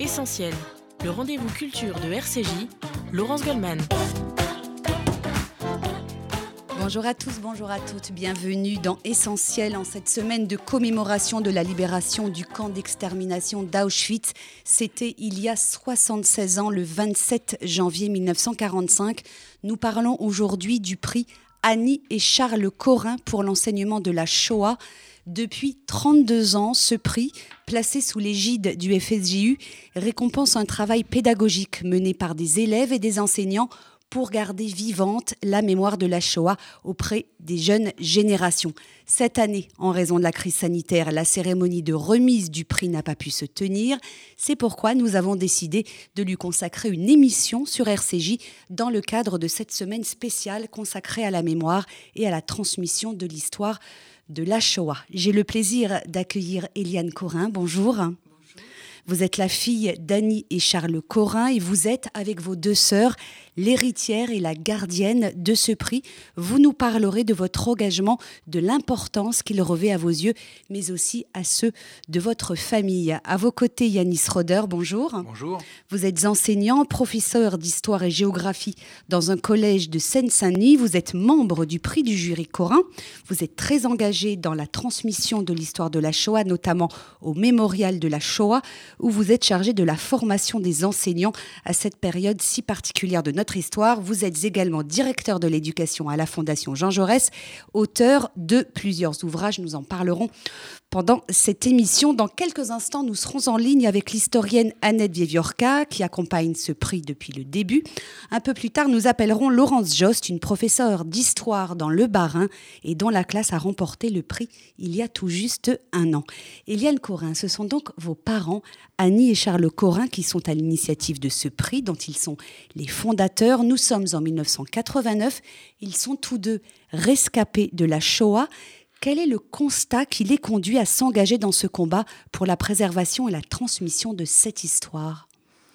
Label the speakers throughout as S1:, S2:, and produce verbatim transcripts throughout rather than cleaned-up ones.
S1: Essentiel, le rendez-vous culture de R C J, Laurence Goldman.
S2: Bonjour à tous, bonjour à toutes, bienvenue dans Essentiel en cette semaine de commémoration de la libération du camp d'extermination d'Auschwitz. C'était il y a soixante-seize ans, le vingt-sept janvier mille neuf cent quarante-cinq. Nous parlons aujourd'hui du prix Annie et Charles Corrin pour l'enseignement de la Shoah. Depuis trente-deux ans, ce prix, placé sous l'égide du F S J U, récompense un travail pédagogique mené par des élèves et des enseignants pour garder vivante la mémoire de la Shoah auprès des jeunes générations. Cette année, en raison de la crise sanitaire, la cérémonie de remise du prix n'a pas pu se tenir. C'est pourquoi nous avons décidé de lui consacrer une émission sur R C J dans le cadre de cette semaine spéciale consacrée à la mémoire et à la transmission de l'histoire de la Shoah. J'ai le plaisir d'accueillir Eliane Corrin. Bonjour. Bonjour. Vous êtes la fille d'Annie et Charles Corrin et vous êtes, avec vos deux sœurs, l'héritière et la gardienne de ce prix. Vous nous parlerez de votre engagement, de l'importance qu'il revêt à vos yeux, mais aussi à ceux de votre famille. À vos côtés, Yanis Roder, bonjour.
S3: Bonjour.
S2: Vous êtes enseignant, professeur d'histoire et géographie dans un collège de Seine-Saint-Denis. Vous êtes membre du prix du jury Corrin. Vous êtes très engagé dans la transmission de l'histoire de la Shoah, notamment au mémorial de la Shoah, où vous êtes chargé de la formation des enseignants à cette période si particulière de notre histoire. Vous êtes également directeur de l'éducation à la Fondation Jean Jaurès, auteur de plusieurs ouvrages. Nous en parlerons pendant cette émission. Dans quelques instants, nous serons en ligne avec l'historienne Annette Wiewiórka, qui accompagne ce prix depuis le début. Un peu plus tard, nous appellerons Laurence Jost, une professeure d'histoire dans le Bas-Rhin et dont la classe a remporté le prix il y a tout juste un an. Eliane Corrin, ce sont donc vos parents, Annie et Charles Corrin, qui sont à l'initiative de ce prix, dont ils sont les fondateurs. Nous sommes en mille neuf cent quatre-vingt-neuf. Ils sont tous deux rescapés de la Shoah. Quel est le constat qui les conduit à s'engager dans ce combat pour la préservation et la transmission de cette histoire ?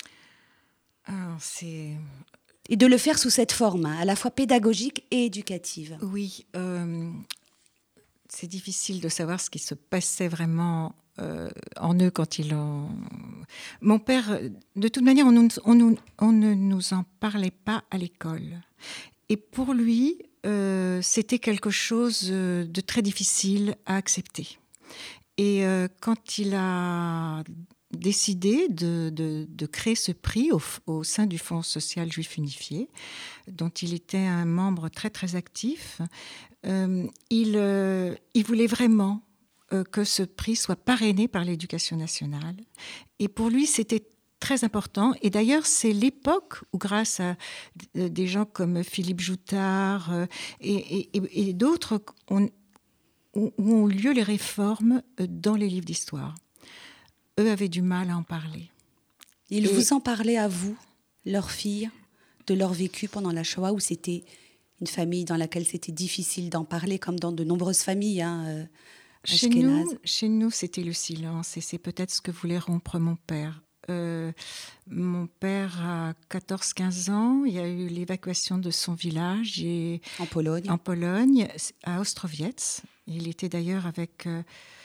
S4: Alors, c'est...
S2: Et de le faire sous cette forme, à la fois pédagogique et éducative.
S4: Oui, euh, c'est difficile de savoir ce qui se passait vraiment euh, en eux quand ils ont... Mon père, de toute manière, on, nous, on, nous, on ne nous en parlait pas à l'école. Et pour lui... Euh, c'était quelque chose de très difficile à accepter. Et euh, quand il a décidé de, de, de créer ce prix au, au sein du Fonds social juif unifié, dont il était un membre très très actif, euh, il, euh, il voulait vraiment euh, que ce prix soit parrainé par l'Éducation nationale. Et pour lui, c'était très important. Et d'ailleurs, c'est l'époque où, grâce à des gens comme Philippe Joutard euh, et, et, et d'autres, on, où ont eu lieu les réformes dans les livres d'histoire. Eux avaient du mal à en parler.
S2: Ils
S4: et...
S2: vous en parlaient à vous, leurs filles, de leur vécu pendant la Shoah, où c'était une famille dans laquelle c'était difficile d'en parler, comme dans de nombreuses familles hein, euh,
S4: chez nous, chez nous, c'était le silence. Et c'est peut-être ce que voulait rompre mon père. Euh, mon père a quatorze quinze ans, il y a eu l'évacuation de son village et
S2: en Pologne,
S4: en Pologne à Ostrowiec. Il était d'ailleurs avec... Euh,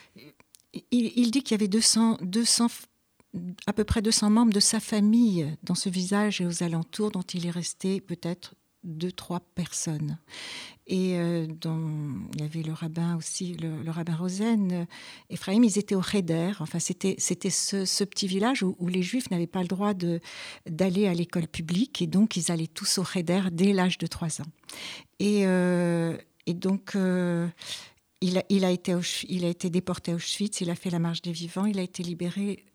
S4: il, il dit qu'il y avait deux cents, deux cents, à peu près deux cents membres de sa famille dans ce village et aux alentours, dont il est resté peut-être deux, trois personnes. Et euh, dans, il y avait le rabbin aussi, le, le rabbin Rosen, euh, Ephraim, ils étaient au Cheder. Enfin, c'était, c'était ce, ce petit village où, où les Juifs n'avaient pas le droit de, d'aller à l'école publique. Et donc, ils allaient tous au Cheder dès l'âge de trois ans. Et, euh, et donc, euh, il, a, il, a été, il a été déporté à Auschwitz, il a fait la marche des vivants, il a été libéré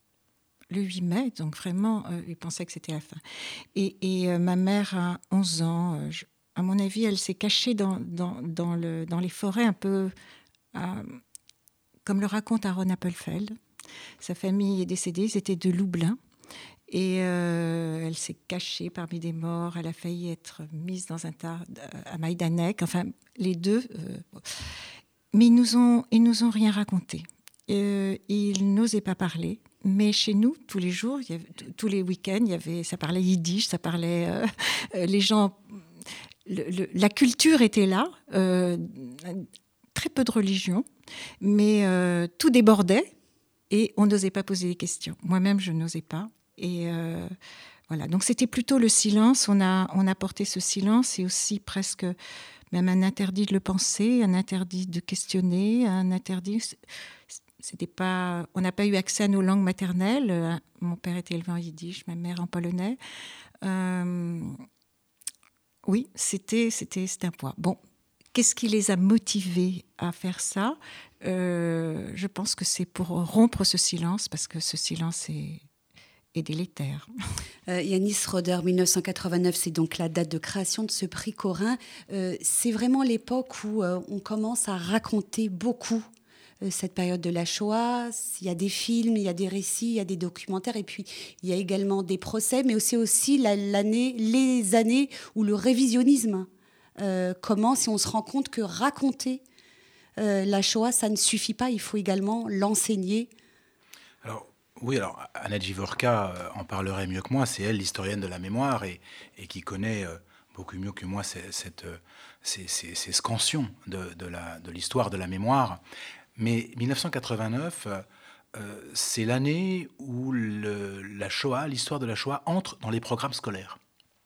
S4: le huit mai, donc vraiment, euh, il pensait que c'était la fin. Et, et euh, ma mère a onze ans. Euh, je, à mon avis, elle s'est cachée dans, dans, dans, le, dans les forêts, un peu euh, comme le raconte Aaron Appelfeld. Sa famille est décédée, ils étaient de Lublin. Et euh, elle s'est cachée parmi des morts. Elle a failli être mise dans un tas à Majdanek. Enfin, les deux. Euh, mais ils nous ont, ils nous ont rien raconté. Euh, ils n'osaient pas parler. Mais chez nous, tous les jours, il y avait, tous les week-ends, il y avait, ça parlait yiddish, ça parlait... Euh, les gens... Le, le, la culture était là, euh, très peu de religion, mais euh, tout débordait. et on n'osait pas poser des questions. Moi-même, je n'osais pas. Et euh, voilà, donc c'était plutôt le silence. On a, on a porté ce silence et aussi presque même un interdit de le penser, un interdit de questionner, un interdit... C'était pas, on n'a pas eu accès à nos langues maternelles. Mon père était élevé en yiddish, ma mère en polonais. Euh, oui, c'était, c'était, c'était un poids. Bon, qu'est-ce qui les a motivés à faire ça ? euh, Je pense que c'est pour rompre ce silence, parce que ce silence est, est délétère.
S2: Euh, Yanis Roder, mille neuf cent quatre-vingt-neuf, c'est donc la date de création de ce prix Corin. Euh, c'est vraiment l'époque où euh, on commence à raconter beaucoup cette période de la Shoah. Il y a des films, il y a des récits, il y a des documentaires, et puis il y a également des procès, mais aussi, aussi la, l'année, les années où le révisionnisme euh, commence, et on se rend compte que raconter euh, la Shoah, ça ne suffit pas, il faut également l'enseigner.
S3: Alors, oui, alors Annette Givorka en parlerait mieux que moi, c'est elle l'historienne de la mémoire, et, et qui connaît euh, beaucoup mieux que moi cette, cette, ces, ces, ces scansions de, de, la, de l'histoire de la mémoire. Mais dix-neuf cent quatre-vingt-neuf, euh, c'est l'année où le, la Shoah, l'histoire de la Shoah, entre dans les programmes scolaires.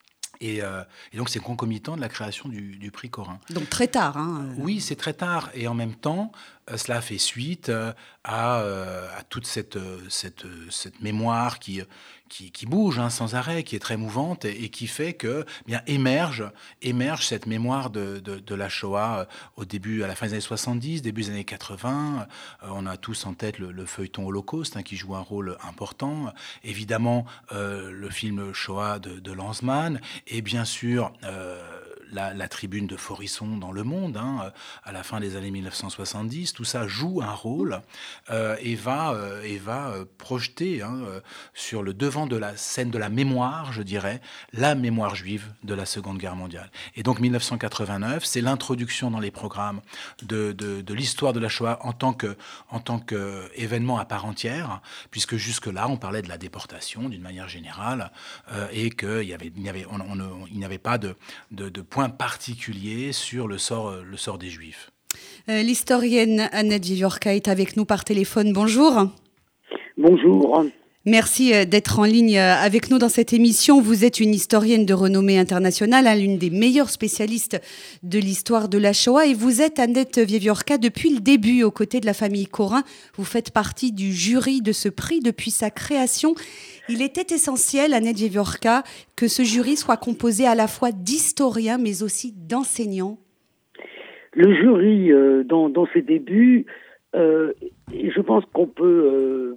S3: Et, euh, et donc, c'est concomitant de la création du, du prix Corin.
S2: Donc, très tard. Hein.
S3: Oui, c'est très tard. Et en même temps, euh, cela fait suite euh, à, euh, à toute cette, cette, cette mémoire qui, qui, qui bouge hein, sans arrêt, qui est très mouvante et, et qui fait que eh bien, émerge, émerge cette mémoire de, de, de la Shoah euh, au début, à la fin des années soixante-dix, début des années quatre-vingts. Euh, on a tous en tête le, le feuilleton Holocauste hein, qui joue un rôle important. Évidemment, euh, le film Shoah de, de Lanzmann. Et bien sûr, euh, la, la tribune de Forisson dans Le Monde, hein, à la fin des années dix-neuf cent soixante-dix, tout ça joue un rôle euh, et va, euh, et va euh, projeter hein, euh, sur le devant de la scène de la mémoire, je dirais, la mémoire juive de la Seconde Guerre mondiale. Et donc dix-neuf cent quatre-vingt-neuf, c'est l'introduction dans les programmes de, de, de l'histoire de la Shoah en tant que, en tant qu'événement à part entière, puisque jusque-là, on parlait de la déportation d'une manière générale euh, et qu'il y avait, il n'y avait, on, on, on, il n'y avait pas de, de, de point particulier sur le sort, le sort des Juifs.
S2: Euh, l'historienne Annette Givorka est avec nous par téléphone. Bonjour.
S5: Bonjour.
S2: Merci d'être en ligne avec nous dans cette émission. Vous êtes une historienne de renommée internationale, hein, l'une des meilleures spécialistes de l'histoire de la Shoah. Et vous êtes, Annette Givorka, depuis le début aux côtés de la famille Corin. Vous faites partie du jury de ce prix depuis sa création. Il était essentiel, Annette Givorka, que ce jury soit composé à la fois d'historiens, mais aussi d'enseignants.
S5: Le jury, euh, dans, dans ses débuts, euh, et je pense qu'on peut... Euh,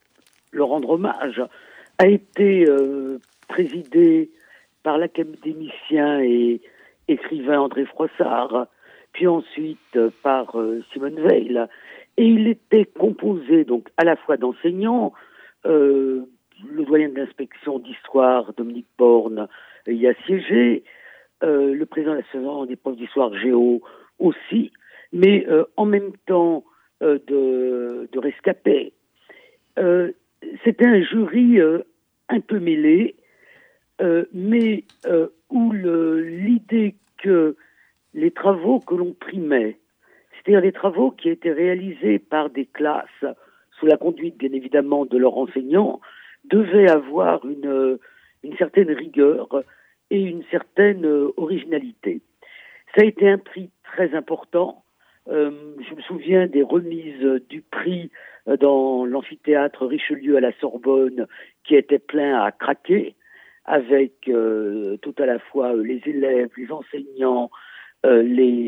S5: le rendre hommage, a été euh, présidé par l'académicien et écrivain André Froissart, puis ensuite euh, par euh, Simone Veil. Et il était composé donc à la fois d'enseignants, euh, le doyen de l'inspection d'histoire, Dominique Borne, y a siégé, euh, le président de l'association des profs d'histoire Géo aussi, mais euh, en même temps euh, de, de rescapés. Euh, C'était un jury euh, un peu mêlé, euh, mais euh, où le, l'idée que les travaux que l'on primait, c'est-à-dire les travaux qui étaient réalisés par des classes, sous la conduite bien évidemment de leurs enseignants, devaient avoir une, une certaine rigueur et une certaine euh, originalité. Ça a été un prix très important. Euh, je me souviens des remises du prix dans l'amphithéâtre Richelieu à la Sorbonne, qui était plein à craquer, avec euh, tout à la fois euh, les élèves, les enseignants, euh,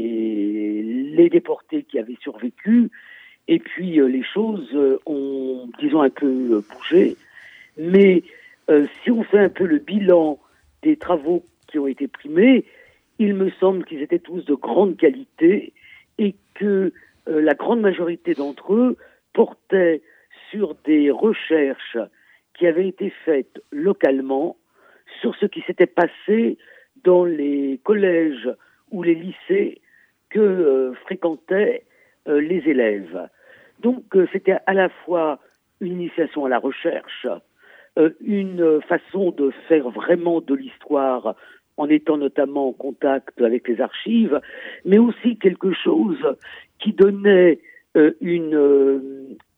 S5: les, les déportés qui avaient survécu, et puis euh, les choses euh, ont, disons, un peu euh, bougé. Mais euh, si on fait un peu le bilan des travaux qui ont été primés, il me semble qu'ils étaient tous de grande qualité, et que euh, la grande majorité d'entre eux portaient sur des recherches qui avaient été faites localement sur ce qui s'était passé dans les collèges ou les lycées que euh, fréquentaient euh, les élèves. Donc euh, c'était à la fois une initiation à la recherche, euh, une façon de faire vraiment de l'histoire en étant notamment en contact avec les archives, mais aussi quelque chose qui donnait euh, une, euh,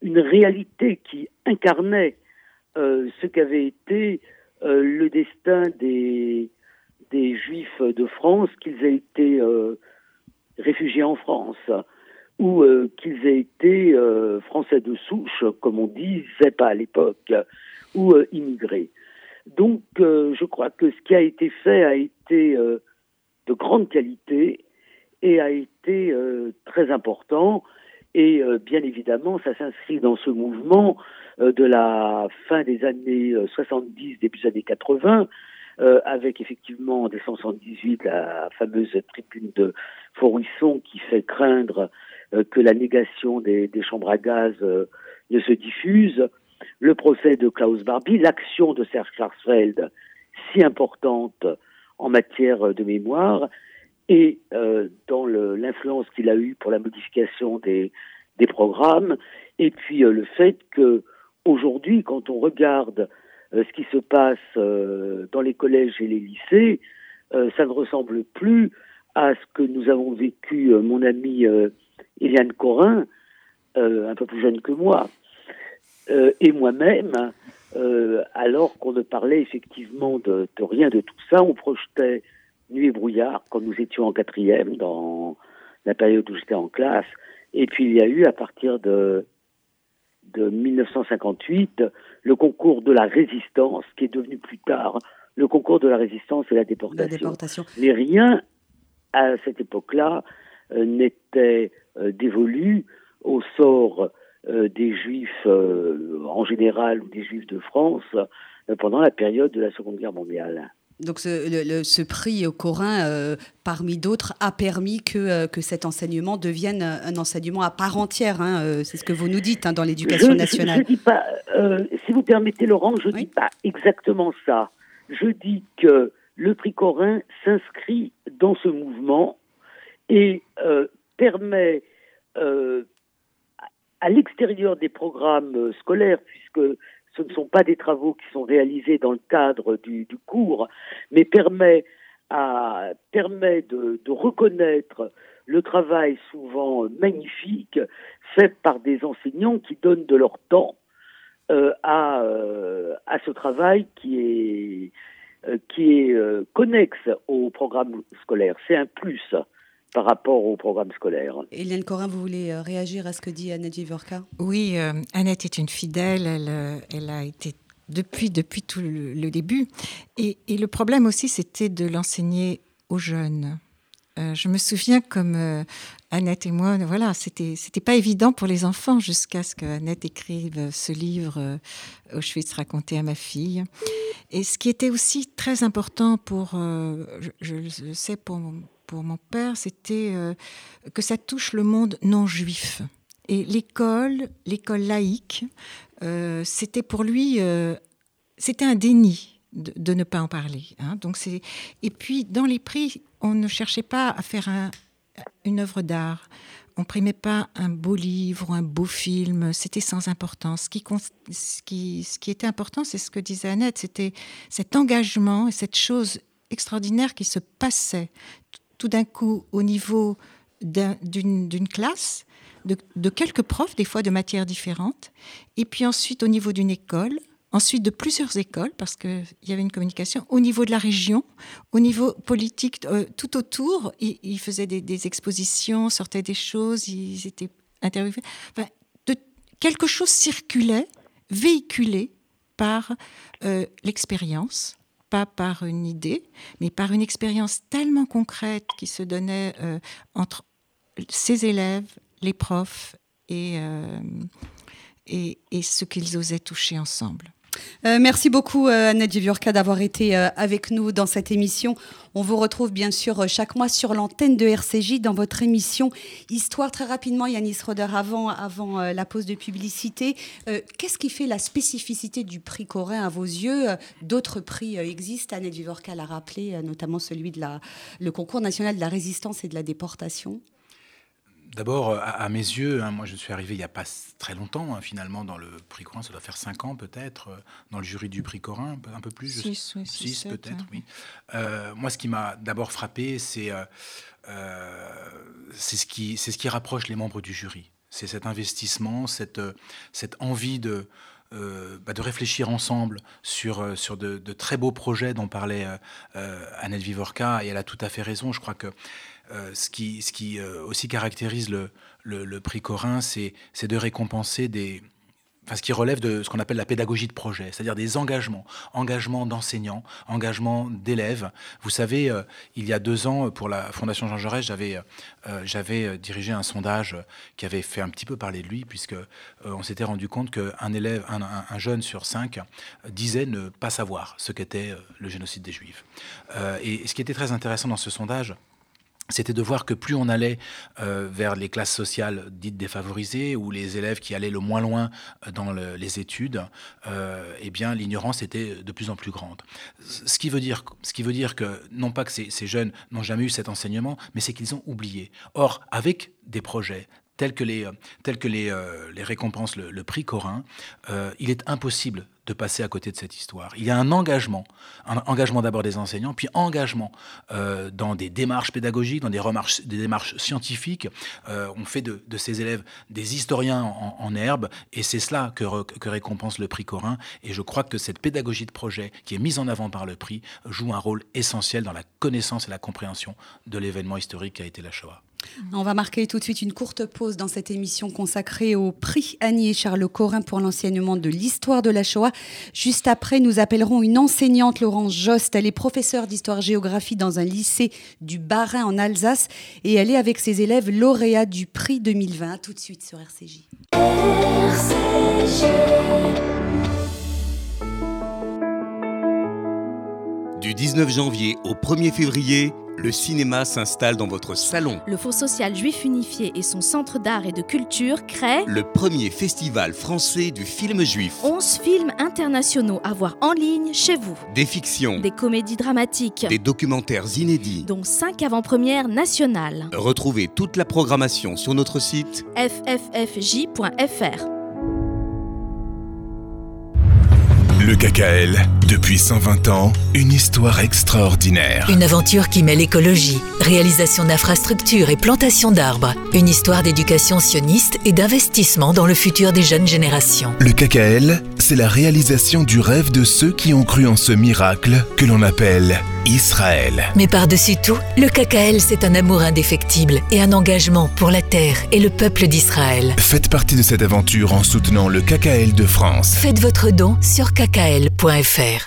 S5: une réalité qui incarnait euh, ce qu'avait été euh, le destin des, des Juifs de France, qu'ils aient été euh, réfugiés en France ou euh, qu'ils aient été euh, Français de souche, comme on disait pas à l'époque, ou euh, immigrés. Donc, euh, je crois que ce qui a été fait a été euh, de grande qualité et a été euh, très important. Et euh, bien évidemment, ça s'inscrit dans ce mouvement euh, de la fin des années soixante-dix, début des années quatre-vingts, euh, avec effectivement en décembre soixante-dix-huit la fameuse tribune de Faurisson qui fait craindre euh, que la négation des, des chambres à gaz euh, ne se diffuse, le procès de Klaus Barbie, l'action de Serge Klarsfeld, si importante en matière de mémoire, et euh, dans le, l'influence qu'il a eue pour la modification des, des programmes, et puis euh, le fait que aujourd'hui, quand on regarde euh, ce qui se passe euh, dans les collèges et les lycées, euh, ça ne ressemble plus à ce que nous avons vécu, euh, mon amie euh, Eliane Corin, euh, un peu plus jeune que moi, euh, et moi-même, euh, alors qu'on ne parlait effectivement de, de rien de tout ça, on projetait Nuit et brouillard, quand nous étions en quatrième, dans la période où j'étais en classe. Et puis il y a eu, à partir de, de dix-neuf cent cinquante-huit, le concours de la résistance, qui est devenu plus tard le concours de la résistance et la déportation.
S2: La déportation.
S5: Mais rien, à cette époque-là, euh, n'était euh, dévolu au sort euh, des Juifs euh, en général ou des Juifs de France euh, pendant la période de la Seconde Guerre mondiale.
S2: Donc ce, le, le, ce prix au Corin, euh, parmi d'autres, a permis que, euh, que cet enseignement devienne un enseignement à part entière. Hein, euh, c'est ce que vous nous dites hein, dans l'éducation
S5: je,
S2: nationale.
S5: Je, je dis pas, euh, si vous permettez Laurent, je ne oui. dis pas exactement ça. Je dis que le prix Corin s'inscrit dans ce mouvement et euh, permet, euh, à l'extérieur des programmes scolaires, puisque ce ne sont pas des travaux qui sont réalisés dans le cadre du, du cours, mais permet, à, permet de, de reconnaître le travail souvent magnifique fait par des enseignants qui donnent de leur temps euh, à, euh, à ce travail qui est, euh, qui est euh, connexe au programme scolaire. C'est un plus par rapport au programme scolaire.
S2: Eliane Corin, vous voulez réagir à ce que dit Annette Vivorka ?
S4: Oui, euh, Annette est une fidèle, elle, elle a été depuis, depuis tout le, le début. Et, et le problème aussi, c'était de l'enseigner aux jeunes. Euh, je me souviens comme euh, Annette et moi, voilà, c'était, c'était pas évident pour les enfants jusqu'à ce qu'Annette écrive ce livre euh, Auschwitz raconté à ma fille. Et ce qui était aussi très important pour, euh, je, je le sais pour mon pour mon père, c'était euh, que ça touche le monde non juif. Et l'école, l'école laïque, euh, c'était pour lui, euh, c'était un déni de, de ne pas en parler. Hein. Donc c'est... Et puis, dans les prix, on ne cherchait pas à faire un, une œuvre d'art. On ne primait pas un beau livre ou un beau film. C'était sans importance. Ce qui, ce qui, ce qui était important, c'est ce que disait Annette, c'était cet engagement et cette chose extraordinaire qui se passait tout d'un coup au niveau d'un, d'une, d'une classe, de, de quelques profs, des fois de matières différentes, et puis ensuite au niveau d'une école, ensuite de plusieurs écoles, parce qu'il y avait une communication, au niveau de la région, au niveau politique, euh, tout autour, ils, ils faisaient des, des expositions, sortaient des choses, ils étaient interviewés. Enfin, de, quelque chose circulait, véhiculé par euh, l'expérience, pas par une idée, mais par une expérience tellement concrète qui se donnait euh, entre ces élèves, les profs et, euh, et, et ce qu'ils osaient toucher ensemble.
S2: Euh, merci beaucoup euh, Annette Vivorka d'avoir été euh, avec nous dans cette émission. On vous retrouve bien sûr chaque mois sur l'antenne de R C J dans votre émission Histoire. Très rapidement, Yanis Roder, avant, avant euh, la pause de publicité, euh, qu'est-ce qui fait la spécificité du prix Corin à vos yeux ? D'autres prix euh, existent, Annette Vivorka l'a rappelé, euh, notamment celui de la, le concours national de la résistance et de la déportation.
S3: D'abord, à, à mes yeux, hein, moi je suis arrivé il n'y a pas très longtemps, hein, finalement, dans le prix Corin, ça doit faire cinq ans peut-être, euh, dans le jury du prix Corin, un peu plus.
S4: Six, oui,
S3: six,
S4: six
S3: peut-être,
S4: sept,
S3: oui. Euh, moi, ce qui m'a d'abord frappé, c'est, euh, euh, c'est, ce qui, c'est ce qui rapproche les membres du jury. C'est cet investissement, cette, cette envie de, euh, bah, de réfléchir ensemble sur, sur de, de très beaux projets dont parlait euh, Annette Vivorka, et elle a tout à fait raison. Je crois que euh, ce qui, ce qui euh, aussi caractérise le, le, le prix Corin, c'est, c'est de récompenser des... Enfin, ce qui relève de ce qu'on appelle la pédagogie de projet, c'est-à-dire des engagements, engagements d'enseignants, engagements d'élèves. Vous savez, euh, il y a deux ans, pour la Fondation Jean Jaurès, j'avais, euh, j'avais dirigé un sondage qui avait fait un petit peu parler de lui, puisque euh, on s'était rendu compte qu'un élève, un, un, un jeune sur cinq euh, disait ne pas savoir ce qu'était euh, le génocide des Juifs. Euh, et ce qui était très intéressant dans ce sondage, c'était de voir que plus on allait euh, vers les classes sociales dites défavorisées, ou les élèves qui allaient le moins loin dans le, les études, euh, eh bien l'ignorance était de plus en plus grande. Ce qui veut dire, ce qui veut dire que, non pas que ces, ces jeunes n'ont jamais eu cet enseignement, mais c'est qu'ils ont oublié. Or, avec des projets tels que les, tels que les, euh, les récompenses, le, le prix Corin, euh, il est impossible de passer à côté de cette histoire. Il y a un engagement, un engagement d'abord des enseignants, puis engagement euh, dans des démarches pédagogiques, dans des, remarches, des démarches scientifiques. Euh, on fait de, de ces élèves des historiens en, en herbe, et c'est cela que, re, que récompense le prix Corin. Et je crois que cette pédagogie de projet qui est mise en avant par le prix joue un rôle essentiel dans la connaissance et la compréhension de l'événement historique qui a été la Shoah.
S2: On va marquer tout de suite une courte pause dans cette émission consacrée au prix Annie et Charles Corin pour l'enseignement de l'histoire de la Shoah. Juste après, nous appellerons une enseignante, Laurence Jost. Elle est professeure d'histoire-géographie dans un lycée du Bas-Rhin en Alsace, et elle est avec ses élèves lauréats du prix deux mille vingt. À tout de suite sur R C J. R C J.
S6: Du dix-neuf janvier au premier février, le cinéma s'installe dans votre salon.
S7: Le Fonds social juif unifié et son centre d'art et de culture créent
S6: le premier festival français du film juif.
S7: onze films internationaux à voir en ligne chez vous.
S6: Des fictions,
S7: des comédies dramatiques,
S6: des documentaires inédits,
S7: dont cinq avant-premières nationales.
S6: Retrouvez toute la programmation sur notre site
S7: f f f j point f r.
S8: Le K K L, depuis cent vingt ans, une histoire extraordinaire.
S9: Une aventure qui mêle écologie, réalisation d'infrastructures et plantation d'arbres. Une histoire d'éducation sioniste et d'investissement dans le futur des jeunes générations.
S8: Le K K L, c'est la réalisation du rêve de ceux qui ont cru en ce miracle que l'on appelle Israël.
S9: Mais par-dessus tout, le K K L, c'est un amour indéfectible et un engagement pour la terre et le peuple d'Israël.
S8: Faites partie de cette aventure en soutenant le K K L de France.
S9: Faites votre don sur k k l point f r.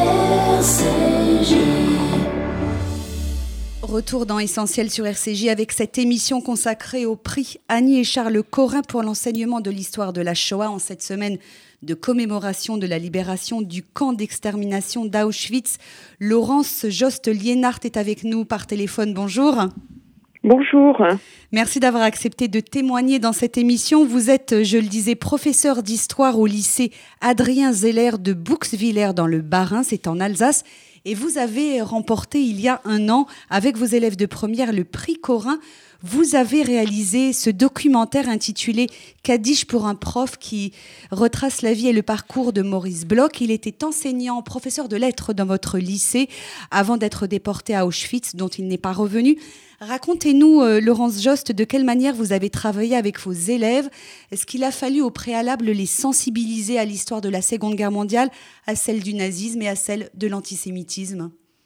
S2: Retour dans Essentiel sur R C J avec cette émission consacrée au prix Annie et Charles Corin pour l'enseignement de l'histoire de la Shoah en cette semaine de commémoration de la libération du camp d'extermination d'Auschwitz. Laurence Jost-Liénart est avec nous par téléphone. Bonjour.
S10: Bonjour.
S2: Merci d'avoir accepté de témoigner dans cette émission. Vous êtes, je le disais, professeur d'histoire au lycée Adrien Zeller de Bouxwiller dans le Bas-Rhin, c'est en Alsace. Et vous avez remporté il y a un an, avec vos élèves de première, le prix Corin. Vous avez réalisé ce documentaire intitulé « Kaddish pour un prof » qui retrace la vie et le parcours de Maurice Bloch. Il était enseignant, professeur de lettres dans votre lycée avant d'être déporté à Auschwitz, dont il n'est pas revenu. Racontez-nous, euh, Laurence Jost, de quelle manière vous avez travaillé avec vos élèves. Est-ce qu'il a fallu au préalable les sensibiliser à l'histoire de la Seconde Guerre mondiale, à celle du nazisme et à celle de l'antisémitisme ?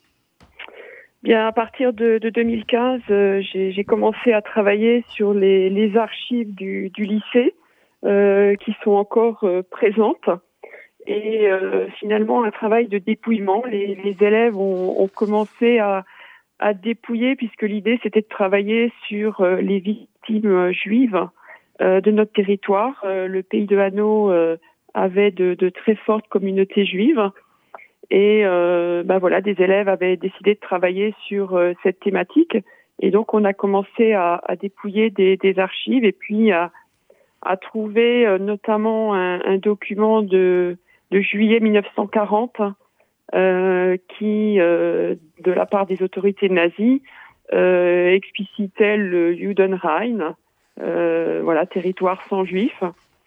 S10: Bien, à partir de, de deux mille quinze, euh, j'ai, j'ai commencé à travailler sur les, les archives du, du lycée euh, qui sont encore euh, présentes. Et euh, finalement, un travail de dépouillement. Les, les élèves ont, ont commencé à, à dépouiller, puisque l'idée, c'était de travailler sur euh, les victimes juives euh, de notre territoire. Euh, le pays de Hanau euh, avait de, de très fortes communautés juives. Et euh, ben voilà, des élèves avaient décidé de travailler sur euh, cette thématique, et donc on a commencé à, à dépouiller des, des archives et puis à, à trouver euh, notamment un, un document de, de juillet mille neuf cent quarante euh, qui, euh, de la part des autorités nazies, euh, explicitait le Judenrein, euh, voilà, territoire sans juifs.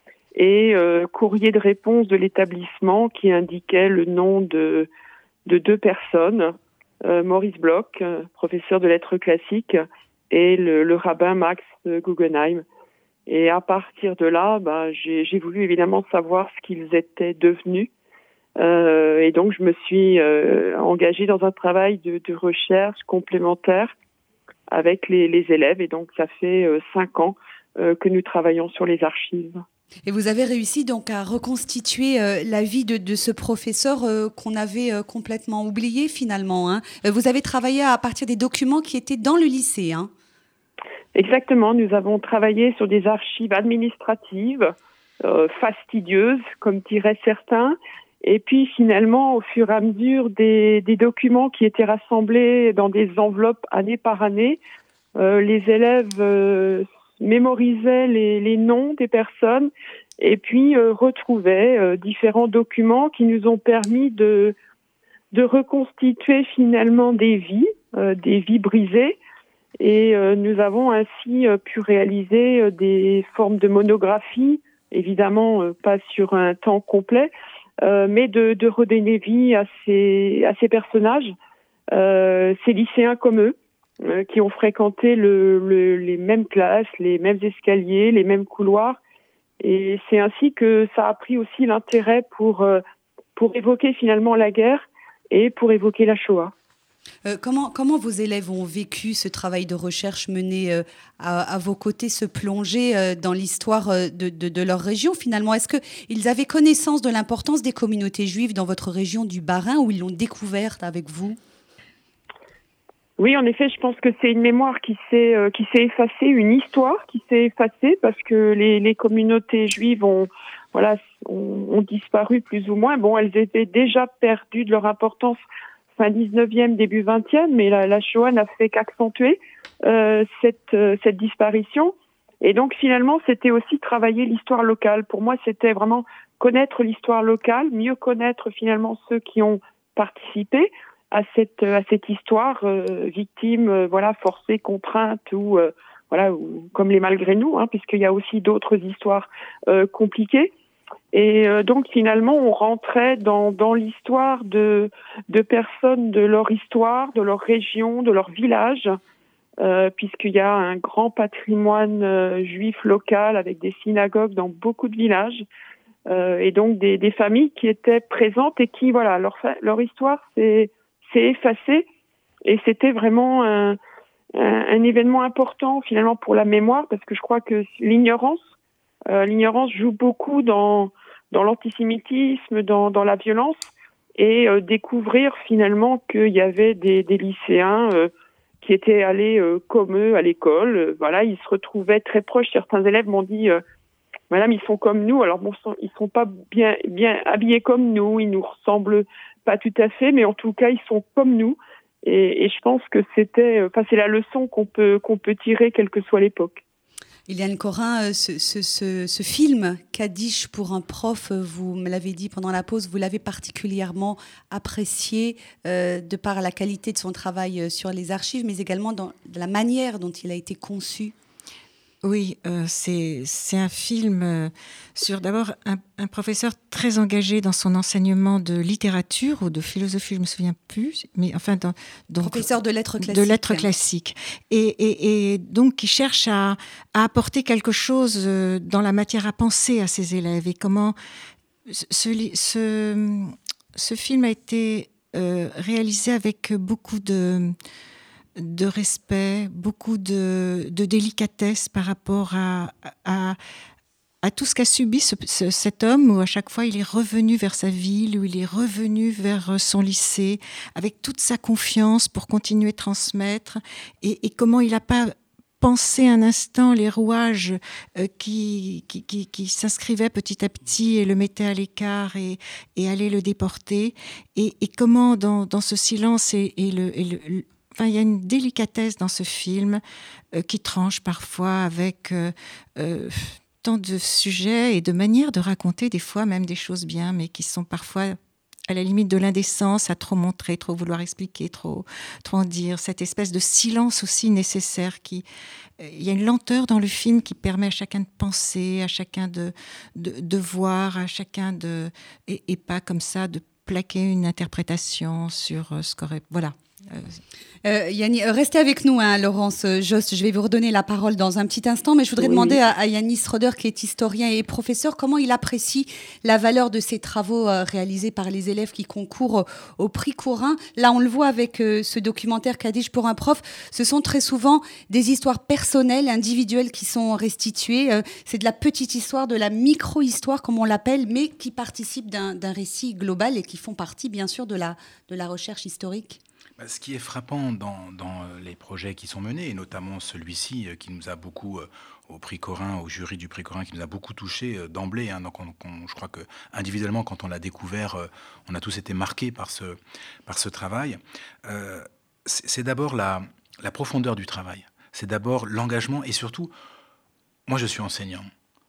S10: Et euh, courrier de réponse de l'établissement qui indiquait le nom de, de deux personnes, euh, Maurice Bloch, euh, professeur de lettres classiques, et le, le rabbin Max Guggenheim. Et à partir de là, bah, j'ai, j'ai voulu évidemment savoir ce qu'ils étaient devenus. Euh, et donc, je me suis euh, engagée dans un travail de, de recherche complémentaire avec les, les élèves. Et donc, ça fait euh, cinq ans euh, que nous travaillons sur les archives.
S2: Et vous avez réussi donc à reconstituer euh, la vie de, de ce professeur euh, qu'on avait euh, complètement oublié finalement. Hein. Vous avez travaillé à partir des documents qui étaient dans le lycée. Hein.
S10: Exactement, nous avons travaillé sur des archives administratives, euh, fastidieuses, comme diraient certains. Et puis finalement, au fur et à mesure des, des documents qui étaient rassemblés dans des enveloppes année par année, euh, les élèves euh, mémorisaient les, les noms des personnes et puis euh, retrouvaient euh, différents documents qui nous ont permis de, de reconstituer finalement des vies, euh, des vies brisées. Et euh, nous avons ainsi euh, pu réaliser euh, des formes de monographie, évidemment euh, pas sur un temps complet, euh, mais de, de redonner vie à ces, à ces personnages, euh, ces lycéens comme eux, euh, qui ont fréquenté le, le, les mêmes classes, les mêmes escaliers, les mêmes couloirs. Et c'est ainsi que ça a pris aussi l'intérêt pour, euh, pour évoquer finalement la guerre et pour évoquer la Shoah.
S2: Euh, comment, comment vos élèves ont vécu ce travail de recherche mené euh, à, à vos côtés, se plonger euh, dans l'histoire euh, de, de, de leur région finalement? Est-ce qu'ils avaient connaissance de l'importance des communautés juives dans votre région du Bas-Rhin ou ils l'ont découverte avec vous?
S10: Oui, en effet, je pense que c'est une mémoire qui s'est, euh, qui s'est effacée, une histoire qui s'est effacée parce que les, les communautés juives ont, voilà, ont, ont disparu plus ou moins. Bon, elles étaient déjà perdues de leur importance fin dix-neuvième, début vingtième, mais la, la Shoah n'a fait qu'accentuer euh, cette, euh, cette disparition. Et donc finalement, c'était aussi travailler l'histoire locale. Pour moi, c'était vraiment connaître l'histoire locale, mieux connaître finalement ceux qui ont participé à cette à cette histoire, euh, victimes, euh, voilà, forcées, contraintes ou euh, voilà, ou, comme les malgré nous, hein, puisqu'il y a aussi d'autres histoires euh, compliquées. Et euh, donc finalement, on rentrait dans, dans l'histoire de, de personnes, de leur histoire, de leur région, de leur village, euh, puisqu'il y a un grand patrimoine euh, juif local avec des synagogues dans beaucoup de villages, euh, et donc des, des familles qui étaient présentes et qui, voilà, leur, leur histoire s'est, s'est effacée, et c'était vraiment un, un, un événement important finalement pour la mémoire, parce que je crois que l'ignorance, euh, l'ignorance joue beaucoup dans dans l'antisémitisme, dans, dans la violence, et euh, découvrir finalement qu'il y avait des, des lycéens euh, qui étaient allés euh, comme eux à l'école. Euh, voilà, ils se retrouvaient très proches. Certains élèves m'ont dit euh, « Madame, ils sont comme nous. Alors bon, ils sont pas bien, bien habillés comme nous, ils nous ressemblent pas tout à fait, mais en tout cas, ils sont comme nous. » Et, et je pense que c'était, enfin, c'est la leçon qu'on peut, qu'on peut tirer, quelle que soit l'époque.
S2: Eliane Corin, ce, ce, ce, ce film, Kaddish pour un prof, vous me l'avez dit pendant la pause, vous l'avez particulièrement apprécié euh, de par la qualité de son travail sur les archives, mais également dans la manière dont il a été conçu.
S4: Oui, euh, c'est, c'est un film euh, sur d'abord un, un professeur très engagé dans son enseignement de littérature ou de philosophie, je ne me souviens plus, mais enfin... Dans, donc,
S2: professeur de lettres classiques.
S4: De lettres classiques. Et, et, et donc qui cherche à, à apporter quelque chose dans la matière à penser à ses élèves. Et comment ce, ce, ce film a été euh, réalisé avec beaucoup de... de respect, beaucoup de, de délicatesse par rapport à, à, à tout ce qu'a subi ce, ce, cet homme, où à chaque fois il est revenu vers sa ville, où il est revenu vers son lycée, avec toute sa confiance pour continuer de transmettre, et, et comment il n'a pas pensé un instant les rouages euh, qui, qui, qui, qui s'inscrivaient petit à petit et le mettaient à l'écart et, et allaient le déporter, et, et comment dans, dans ce silence et, et le... Et le Enfin, il y a une délicatesse dans ce film euh, qui tranche parfois avec euh, euh, tant de sujets et de manières de raconter, des fois même des choses bien, mais qui sont parfois à la limite de l'indécence, à trop montrer, trop vouloir expliquer, trop, trop en dire. Cette espèce de silence aussi nécessaire. Qui, euh, il y a une lenteur dans le film qui permet à chacun de penser, à chacun de, de, de voir, à chacun de... Et, et pas comme ça de plaquer une interprétation sur ce qu'aurait... Voilà. Euh,
S2: Euh, Yannis, restez avec nous, hein, Laurence Jost. Je vais vous redonner la parole dans un petit instant, mais je voudrais oui. demander à, à Yannis Roeder, qui est historien et professeur, comment il apprécie la valeur de ces travaux euh, réalisés par les élèves qui concourent au prix Courin. Là, on le voit avec euh, ce documentaire Kaddish pour un prof. Ce sont très souvent des histoires personnelles, individuelles qui sont restituées. Euh, c'est de la petite histoire, de la micro-histoire, comme on l'appelle, mais qui participent d'un, d'un récit global et qui font partie, bien sûr, de la, de la recherche historique.
S3: Ce qui est frappant dans, dans les projets qui sont menés, et notamment celui-ci qui nous a beaucoup, euh, au prix Corin, au jury du prix Corin, qui nous a beaucoup touché euh, d'emblée. Hein, donc on, on, je crois que individuellement, quand on l'a découvert, euh, on a tous été marqués par ce, par ce travail. Euh, c'est, c'est d'abord la, la profondeur du travail. C'est d'abord l'engagement et surtout, moi je suis enseignant.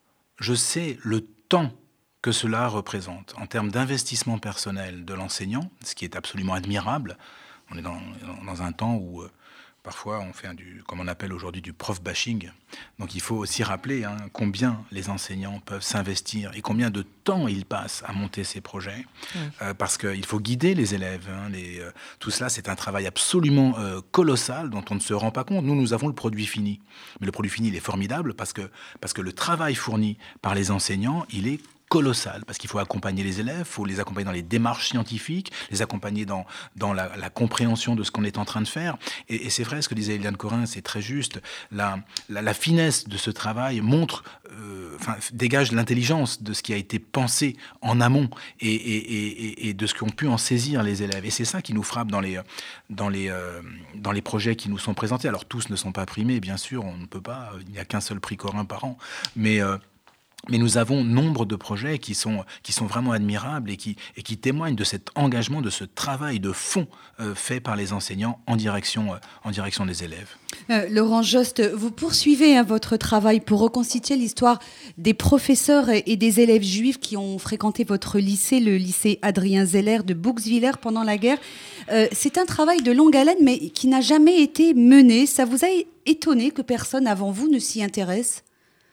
S3: Je sais le temps que cela représente en termes d'investissement personnel de l'enseignant, ce qui est absolument admirable. On est dans, dans un temps où euh, parfois on fait un, du, comme on appelle aujourd'hui du prof bashing. Donc il faut aussi rappeler hein, combien les enseignants peuvent s'investir et combien de temps ils passent à monter ces projets. Mmh. Euh, parce qu'il faut guider les élèves. Hein, les, euh, tout cela, c'est un travail absolument euh, colossal dont on ne se rend pas compte. Nous, nous avons le produit fini. Mais le produit fini, il est formidable parce que, parce que le travail fourni par les enseignants, il est colossal, parce qu'il faut accompagner les élèves, il faut les accompagner dans les démarches scientifiques, les accompagner dans, dans la, la compréhension de ce qu'on est en train de faire. Et, et c'est vrai, ce que disait Eliane Corin, c'est très juste. La, la, la finesse de ce travail montre, euh, enfin, dégage l'intelligence de ce qui a été pensé en amont et, et, et, et de ce qu'ont pu en saisir les élèves. Et c'est ça qui nous frappe dans les, dans les, euh, dans les projets qui nous sont présentés. Alors tous ne sont pas primés, bien sûr, on ne peut pas, il n'y a qu'un seul prix Corin par an, mais... Euh, Mais nous avons nombre de projets qui sont, qui sont vraiment admirables et qui, et qui témoignent de cet engagement, de ce travail de fond euh, fait par les enseignants en direction, euh, en direction des élèves.
S2: Euh, Laurent Jost, vous poursuivez hein, votre travail pour reconstituer l'histoire des professeurs et, et des élèves juifs qui ont fréquenté votre lycée, le lycée Adrien Zeller de Bouxwiller pendant la guerre. Euh, c'est un travail de longue haleine, mais qui n'a jamais été mené. Ça vous a étonné que personne avant vous ne s'y intéresse ?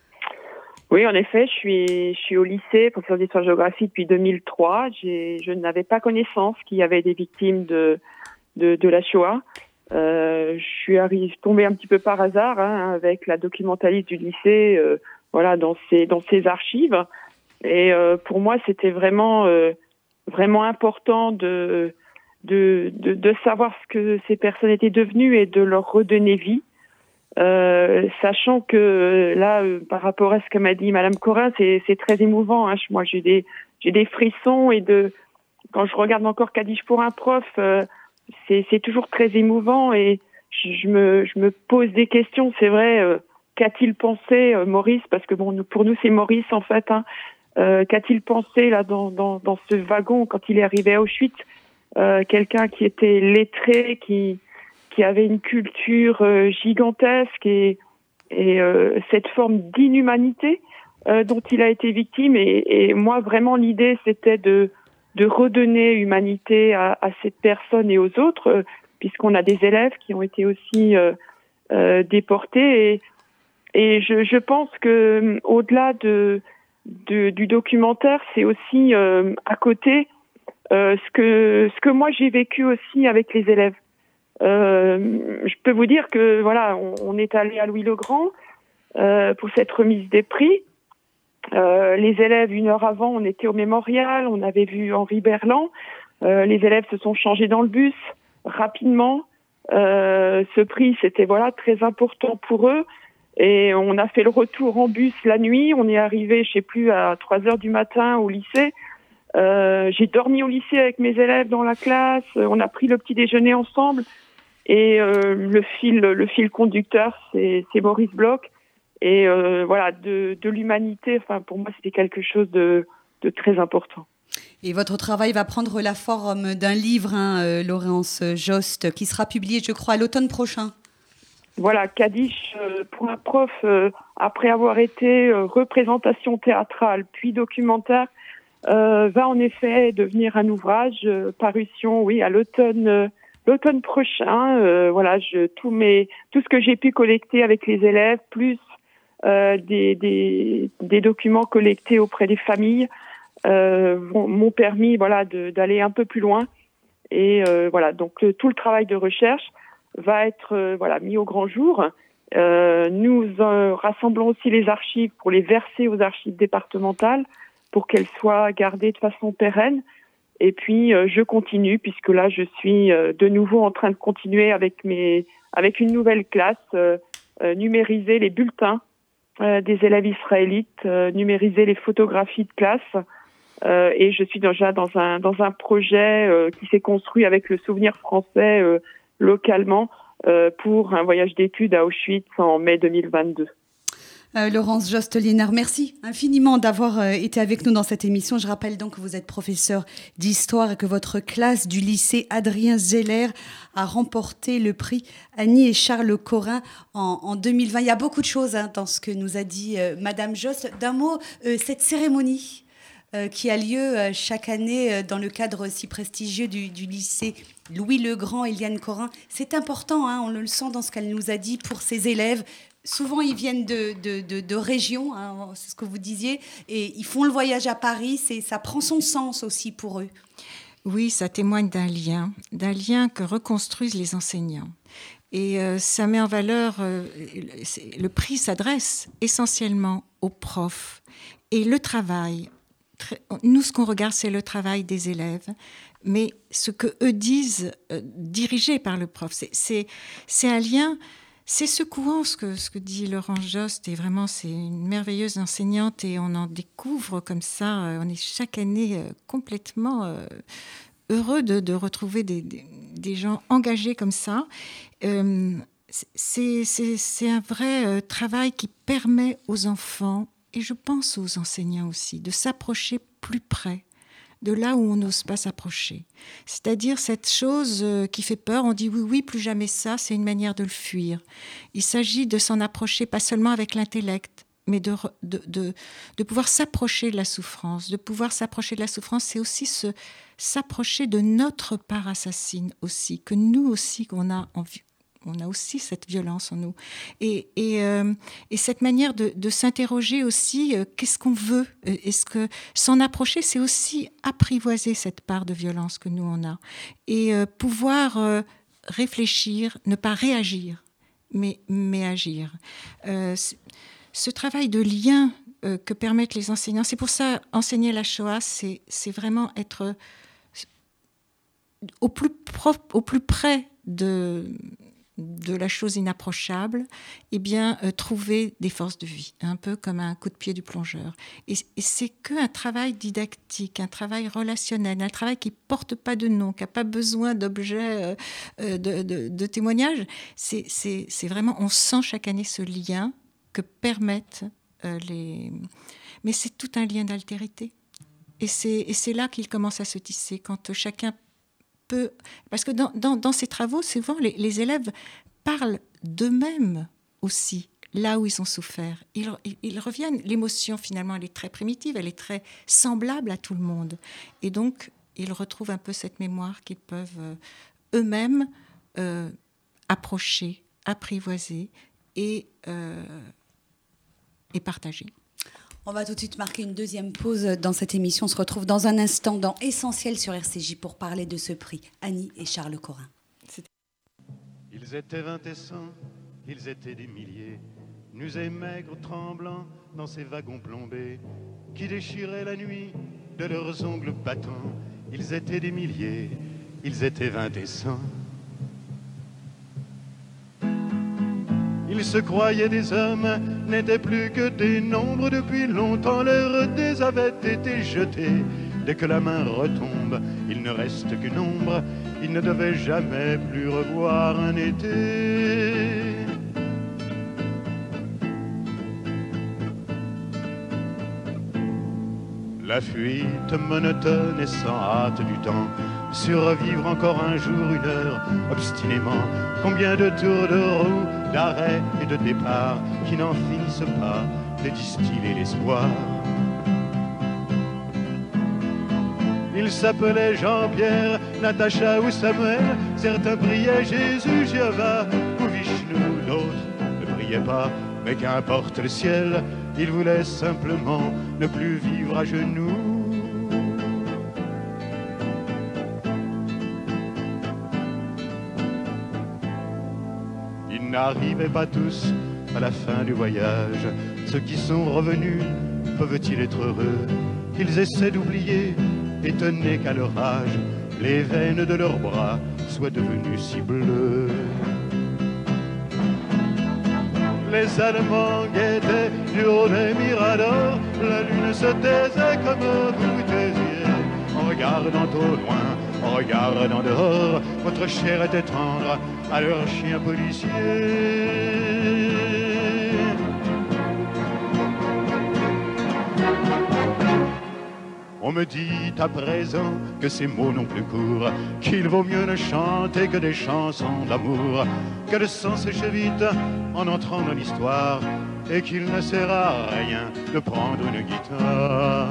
S10: Oui, en effet, je suis, je suis au lycée, professeur d'histoire-géographie depuis deux mille trois. J'ai, je n'avais pas connaissance qu'il y avait des victimes de, de, de la Shoah. Euh, je suis arrivée, tombée un petit peu par hasard hein, avec la documentaliste du lycée, euh, voilà, dans ses, dans ses archives. Et euh, pour moi, c'était vraiment, euh, vraiment important de, de, de, de savoir ce que ces personnes étaient devenues et de leur redonner vie. Euh, sachant que là, euh, par rapport à ce que m'a dit Madame Corin, c'est, c'est très émouvant. Hein. Moi, j'ai des, j'ai des frissons et de, quand je regarde encore Kaddish pour un prof, euh, c'est, c'est toujours très émouvant et je, je me, je me pose des questions. C'est vrai, euh, qu'a-t-il pensé euh, Maurice? Parce que bon, nous, pour nous, c'est Maurice en fait. Hein. Euh, qu'a-t-il pensé là dans, dans, dans ce wagon quand il est arrivé à Auschwitz? Euh, quelqu'un qui était lettré, qui qui avait une culture euh, gigantesque et, et euh, cette forme d'inhumanité euh, dont il a été victime. Et, et moi, vraiment, l'idée, c'était de, de redonner humanité à, à cette personne et aux autres, euh, puisqu'on a des élèves qui ont été aussi euh, euh, déportés. Et, et je, je pense que au-delà de, de, du documentaire, c'est aussi euh, à côté euh, ce que, ce que moi, j'ai vécu aussi avec les élèves. Euh, je peux vous dire que voilà, on, on est allé à Louis-le-Grand euh, pour cette remise des prix. Euh, les élèves, une heure avant, on était au mémorial, on avait vu Henri Berland. Euh, les élèves se sont changés dans le bus rapidement. Euh, ce prix, c'était voilà très important pour eux. Et on a fait le retour en bus la nuit. On est arrivé, je sais plus, à trois heures du matin au lycée. Euh, j'ai dormi au lycée avec mes élèves dans la classe. On a pris le petit déjeuner ensemble. Et euh, le fil, le fil conducteur, c'est, c'est Maurice Bloch. Et euh, voilà, de, de l'humanité. Enfin, pour moi, c'était quelque chose de, de très important.
S2: Et votre travail va prendre la forme d'un livre, hein, euh, Laurence Jost, qui sera publié, je crois, à l'automne prochain.
S10: Voilà, Kaddish euh, pour un prof, euh, après avoir été euh, représentation théâtrale, puis documentaire, euh, va en effet devenir un ouvrage, euh, parution, oui, à l'automne. Euh, L'automne prochain, euh, voilà, je, tout, mes, tout ce que j'ai pu collecter avec les élèves, plus euh, des, des, des documents collectés auprès des familles, euh, m'ont permis, voilà, de, d'aller un peu plus loin Et euh, voilà, donc le, tout le travail de recherche va être euh, voilà mis au grand jour. Euh, nous euh, rassemblons aussi les archives pour les verser aux archives départementales pour qu'elles soient gardées de façon pérenne. Et puis euh, je continue puisque là je suis euh, de nouveau en train de continuer avec mes avec une nouvelle classe, euh, euh, numériser les bulletins euh, des élèves israélites, euh, numériser les photographies de classe. Euh, et je suis déjà dans un dans un projet euh, qui s'est construit avec le Souvenir français euh, localement euh, pour un voyage d'études à Auschwitz en mai deux mille vingt-deux.
S2: Euh, Laurence Jost-Liénard, merci infiniment d'avoir euh, été avec nous dans cette émission. Je rappelle donc que vous êtes professeur d'histoire et que votre classe du lycée Adrien Zeller a remporté le prix Annie et Charles Corin en, en deux mille vingt. Il y a beaucoup de choses hein, dans ce que nous a dit euh, Madame Jost. D'un mot, euh, cette cérémonie euh, qui a lieu euh, chaque année euh, dans le cadre si prestigieux du, du lycée Louis le Grand, Eliane Corin, c'est important, hein, on le sent dans ce qu'elle nous a dit pour ses élèves. Souvent, ils viennent de, de, de, de régions, hein, c'est ce que vous disiez, et ils font le voyage à Paris, c'est, ça prend son sens aussi pour eux.
S4: Oui, ça témoigne d'un lien, d'un lien que reconstruisent les enseignants. Et euh, ça met en valeur, euh, le prix s'adresse essentiellement aux profs. Et le travail, très, nous ce qu'on regarde c'est le travail des élèves, mais ce que eux disent, euh, dirigé par le prof, c'est, c'est, c'est un lien... C'est secouant ce que, ce que dit Laurence Jost, et vraiment c'est une merveilleuse enseignante et on en découvre comme ça, on est chaque année complètement heureux de, de retrouver des, des, des gens engagés comme ça. Euh, c'est, c'est, c'est un vrai travail qui permet aux enfants, et je pense aux enseignants aussi, de s'approcher plus près de là où on n'ose pas s'approcher. C'est-à-dire cette chose qui fait peur, on dit oui, oui, plus jamais ça, c'est une manière de le fuir. Il s'agit de s'en approcher pas seulement avec l'intellect, mais de, de, de, de pouvoir s'approcher de la souffrance. De pouvoir s'approcher de la souffrance, c'est aussi se, s'approcher de notre part assassine aussi, que nous aussi, qu'on a envie. On a aussi cette violence en nous. Et, et, euh, et cette manière de, de s'interroger aussi, euh, qu'est-ce qu'on veut ? Est-ce que s'en approcher, c'est aussi apprivoiser cette part de violence que nous, on a. Et euh, pouvoir euh, réfléchir, ne pas réagir, mais, mais agir. Euh, ce travail de lien euh, que permettent les enseignants, c'est pour ça, enseigner la Shoah, c'est, c'est vraiment être au plus, prof, au plus près de... de la chose inapprochable, eh bien, euh, trouver des forces de vie, un peu comme un coup de pied du plongeur. Et, et c'est qu'un travail didactique, un travail relationnel, un travail qui ne porte pas de nom, qui n'a pas besoin d'objets, euh, de, de, de témoignages. C'est, c'est, c'est vraiment, on sent chaque année ce lien que permettent euh, les... Mais c'est tout un lien d'altérité. Et c'est, et c'est là qu'il commence à se tisser, quand chacun peut... Parce que dans, dans, dans ces travaux, souvent, les, les élèves parlent d'eux-mêmes aussi, là où ils ont souffert. Ils, ils, ils reviennent, l'émotion, finalement, elle est très primitive, elle est très semblable à tout le monde. Et donc, ils retrouvent un peu cette mémoire qu'ils peuvent euh, eux-mêmes euh, approcher, apprivoiser et, euh, et partager.
S2: On va tout de suite marquer une deuxième pause dans cette émission. On se retrouve dans un instant dans Essentiel sur R C J pour parler de ce prix, Annie et Charles Corin.
S11: Ils étaient vingt et cent, ils étaient des milliers, nus et maigres, tremblants dans ces wagons plombés qui déchiraient la nuit de leurs ongles battants. Ils étaient des milliers, ils étaient vingt et cent. Ils se croyaient des hommes, n'étaient plus que des nombres. Depuis longtemps leurs dés avaient été jetés. Dès que la main retombe, il ne reste qu'une ombre. Ils ne devaient jamais plus revoir un été. La fuite monotone et sans hâte du temps, survivre encore un jour, une heure, obstinément. Combien de tours de roue, d'arrêt et de départ qui n'en finissent pas de distiller l'espoir. Ils s'appelaient Jean-Pierre, Natacha ou Samuel. Certains priaient Jésus, Jéhovah ou Vishnu. D'autres ne priaient pas, mais qu'importe le ciel. Ils voulaient simplement ne plus vivre à genoux. n'arrivaient pas tous à la fin du voyage. Ceux qui sont revenus, peuvent-ils être heureux? Ils essaient d'oublier, étonnés qu'à leur âge, les veines de leurs bras soient devenues si bleues. Les Allemands guettaient du haut des miradors, la lune se taisait comme vous taisiez. En regardant au loin, en regardant dehors, votre chair était tendre à leur chien policier. On me dit à présent que ces mots n'ont plus cours, qu'il vaut mieux ne chanter que des chansons d'amour, que le sang séche vite en entrant dans l'histoire, et qu'il ne sert à rien de prendre une guitare.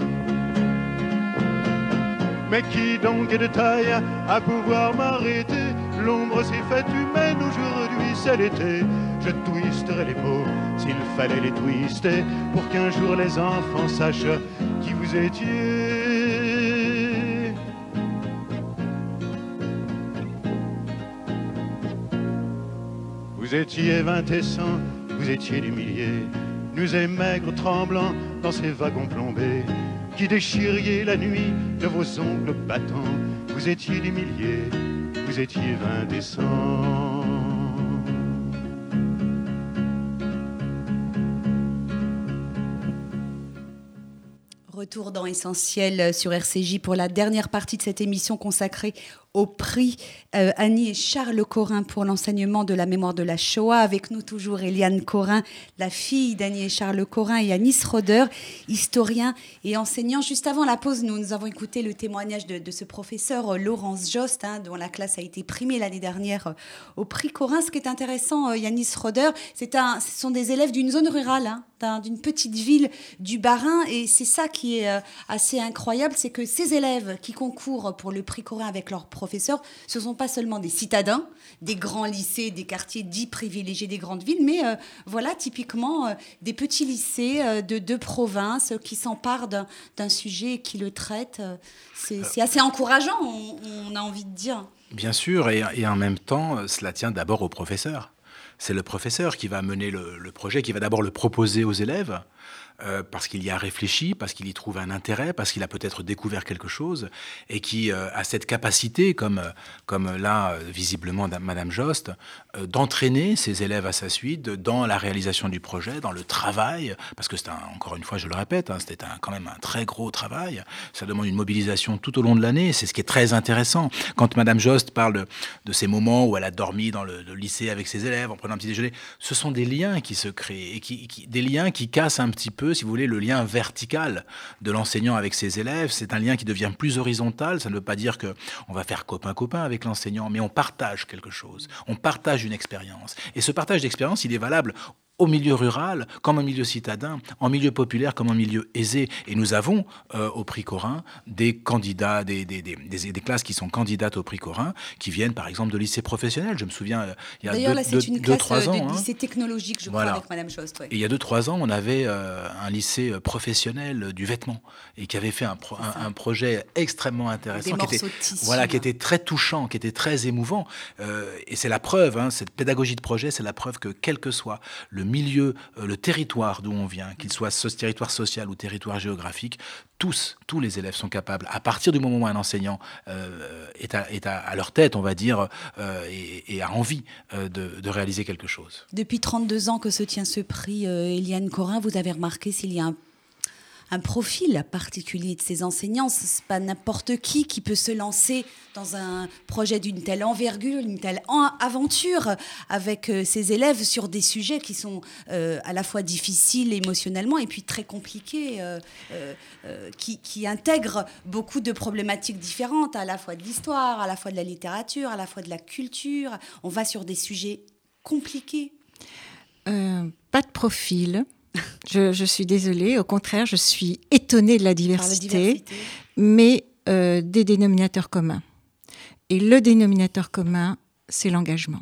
S11: Mais qui donc est de taille à pouvoir m'arrêter? L'ombre s'est faite humaine, aujourd'hui c'est l'été. Je twisterai les mots s'il fallait les twister, pour qu'un jour les enfants sachent qui vous étiez. Vous étiez vingt et cent, vous étiez des milliers, nus et maigres tremblants dans ces wagons plombés, qui déchiriez la nuit de vos ongles battants. Vous étiez des milliers, vous étiez vingt et cent.
S2: Retour dans Essentiel sur R C J pour la dernière partie de cette émission consacrée au prix euh, Annie et Charles Corin pour l'enseignement de la mémoire de la Shoah. Avec nous toujours Eliane Corin, la fille d'Annie et Charles Corin, et Yanis Roder, historien et enseignant. Juste avant la pause, nous, nous avons écouté le témoignage de, de ce professeur euh, Laurence Jost, hein, dont la classe a été primée l'année dernière euh, au prix Corin. Ce qui est intéressant, euh, Yanis Roder, c'est un, ce sont des élèves d'une zone rurale, hein, d'un, d'une petite ville du Bas-Rhin, et c'est ça qui est euh, assez incroyable, c'est que ces élèves qui concourent pour le prix Corin avec leurs professeurs, ce ne sont pas seulement des citadins, des grands lycées, des quartiers dits privilégiés des grandes villes, mais euh, voilà typiquement euh, des petits lycées euh, de, de province euh, qui s'emparent d'un, d'un sujet et qui le traitent. Euh, c'est, c'est assez encourageant, on, on a envie de dire.
S3: Bien sûr, et, et en même temps, cela tient d'abord au professeur. C'est le professeur qui va mener le, le projet, qui va d'abord le proposer aux élèves, euh, parce qu'il y a réfléchi, parce qu'il y trouve un intérêt, parce qu'il a peut-être découvert quelque chose, et qui euh, a cette capacité, comme, comme là, euh, visiblement, Madame Jost, euh, d'entraîner ses élèves à sa suite dans la réalisation du projet, dans le travail, parce que c'est un, encore une fois, je le répète, hein, c'était un, quand même un très gros travail. Ça demande une mobilisation tout au long de l'année, c'est ce qui est très intéressant. Quand Madame Jost parle de, de ces moments où elle a dormi dans le, le lycée avec ses élèves, en prenant un petit déjeuner, ce sont des liens qui se créent, et qui, qui, des liens qui cassent un petit peu, si vous voulez, le lien vertical de l'enseignant avec ses élèves. C'est un lien qui devient plus horizontal. Ça ne veut pas dire qu'on va faire copain-copain avec l'enseignant, mais on partage quelque chose, on partage une expérience. Et ce partage d'expérience, il est valable au milieu rural, comme en milieu citadin, en milieu populaire, comme en milieu aisé. Et nous avons euh, au prix Corin des candidats, des, des, des, des, des classes qui sont candidates au prix Corin, qui viennent par exemple de lycées professionnels. Je me souviens, euh, il y a
S2: D'ailleurs,
S3: deux,
S2: là, c'est
S3: deux,
S2: une
S3: deux,
S2: classe
S3: trois
S2: de
S3: ans,
S2: lycée
S3: hein.
S2: technologique, je
S3: Voilà.
S2: crois, avec Madame Jost. Ouais.
S3: Et il y a deux, trois ans, on avait euh, un lycée professionnel euh, du vêtement, et qui avait fait un, pro, un, un projet extrêmement intéressant,
S2: Des
S3: qui était,
S2: morceaux de tissu,
S3: voilà, qui
S2: hein.
S3: était très touchant, qui était très émouvant. Euh, et c'est la preuve, hein, cette pédagogie de projet, c'est la preuve que quel que soit le milieu, euh, le territoire d'où on vient, qu'il soit ce territoire social ou territoire géographique, tous, tous les élèves sont capables, à partir du moment où un enseignant euh, est, à, est à, à leur tête, on va dire, euh, et, et a envie euh, de, de réaliser quelque chose.
S2: Depuis trente-deux ans que se tient ce prix, euh, Eliane Corin, vous avez remarqué s'il y a un un profil particulier de ces enseignants. C'est pas n'importe qui qui peut se lancer dans un projet d'une telle envergure, d'une telle aventure avec euh, ses élèves sur des sujets qui sont euh, à la fois difficiles émotionnellement et puis très compliqués, euh, euh, euh, qui, qui intègrent beaucoup de problématiques différentes, à la fois de l'histoire, à la fois de la littérature, à la fois de la culture. On va sur des sujets compliqués.
S4: Euh, pas de profil. Je, je suis désolée, au contraire, je suis étonnée de la diversité, la diversité. mais euh, des dénominateurs communs. Et le dénominateur commun, c'est l'engagement.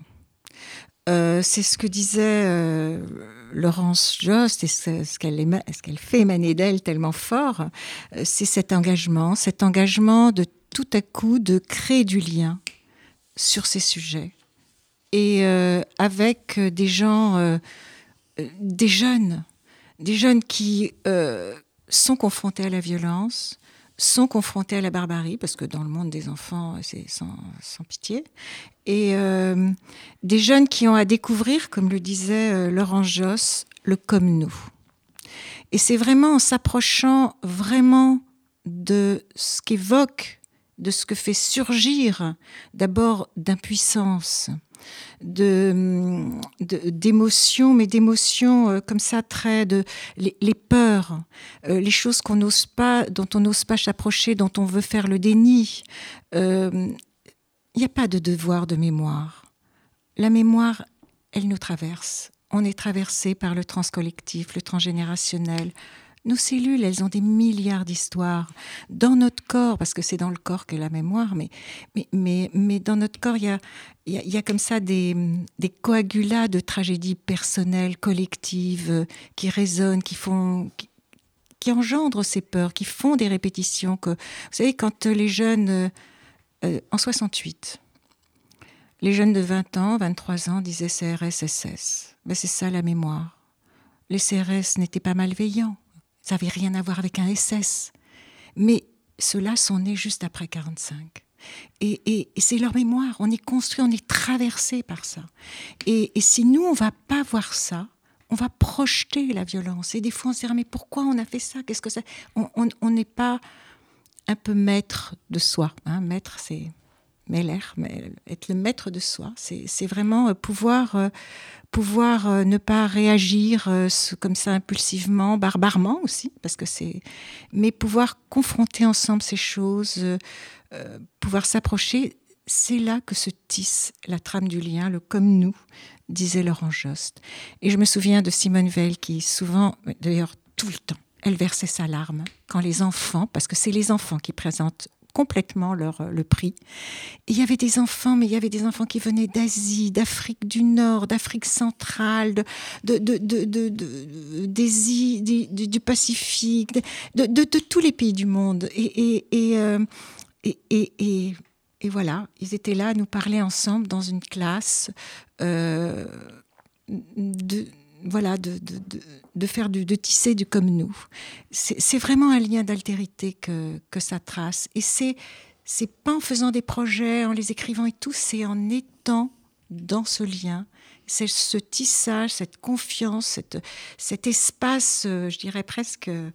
S4: Euh, c'est ce que disait euh, Laurence Jost, et ce, ce, qu'elle éma- ce qu'elle fait émaner d'elle tellement fort, euh, c'est cet engagement, cet engagement de tout à coup de créer du lien sur ces sujets et euh, avec des gens, euh, des jeunes, des jeunes qui euh, sont confrontés à la violence, sont confrontés à la barbarie, parce que dans le monde des enfants, c'est sans, sans pitié, et euh, des jeunes qui ont à découvrir, comme le disait euh, Laurent Josse, le comme nous. Et c'est vraiment en s'approchant vraiment de ce qu'évoque, de ce que fait surgir d'abord d'impuissance, de, de, d'émotions, mais d'émotions euh, comme ça, très de les, les peurs, euh, les choses qu'on n'ose pas, dont on n'ose pas s'approcher, dont on veut faire le déni. Il euh, n'y a pas de devoir de mémoire. La mémoire, elle nous traverse. On est traversé par le transcollectif, le transgénérationnel. Nos cellules, elles ont des milliards d'histoires. Dans notre corps, parce que c'est dans le corps qu'est la mémoire, mais, mais, mais, mais dans notre corps, il y a, y, a, y a comme ça des, des coagulats de tragédies personnelles, collectives, euh, qui résonnent, qui font... Qui, qui engendrent ces peurs, qui font des répétitions. Que, vous savez, quand les jeunes... Euh, euh, en soixante-huit, les jeunes de vingt ans, vingt-trois ans disaient C R S S S. Ben, c'est ça la mémoire. Les C R S n'étaient pas malveillants. Ça n'avait rien à voir avec un S S. Mais ceux-là sont nés juste après quarante-cinq. Et, et, et c'est leur mémoire. On est construit, on est traversé par ça. Et, et si nous, on ne va pas voir ça, on va projeter la violence. Et des fois, on se dit, mais pourquoi on a fait ça? Qu'est-ce que ça... On n'est pas un peu maître de soi. Hein. Maître, c'est... Meller, mais être le maître de soi, c'est, c'est vraiment pouvoir, euh, pouvoir euh, ne pas réagir euh, comme ça impulsivement, barbarement aussi, parce que c'est, mais pouvoir confronter ensemble ces choses, euh, euh, pouvoir s'approcher, c'est là que se tisse la trame du lien, le comme nous, disait Laurent Josse. Et je me souviens de Simone Veil qui souvent, d'ailleurs tout le temps, elle versait sa larme quand les enfants, parce que c'est les enfants qui présentent complètement leur, le prix. Et il y avait des enfants, mais il y avait des enfants qui venaient d'Asie, d'Afrique du Nord, d'Afrique centrale, de, de, de, de, de, de, d'Asie, du, du Pacifique, de, de, de tous les pays du monde. Et, et, et, euh, et, et, et, et voilà, ils étaient là à nous parler ensemble dans une classe euh, de... Voilà, de, de, de, de faire du, de tisser du comme nous. C'est, c'est vraiment un lien d'altérité que, que ça trace. Et c'est, c'est pas en faisant des projets, en les écrivant et tout, c'est en étant dans ce lien. C'est ce tissage, cette confiance, cette, cet espace, euh, je dirais presque euh,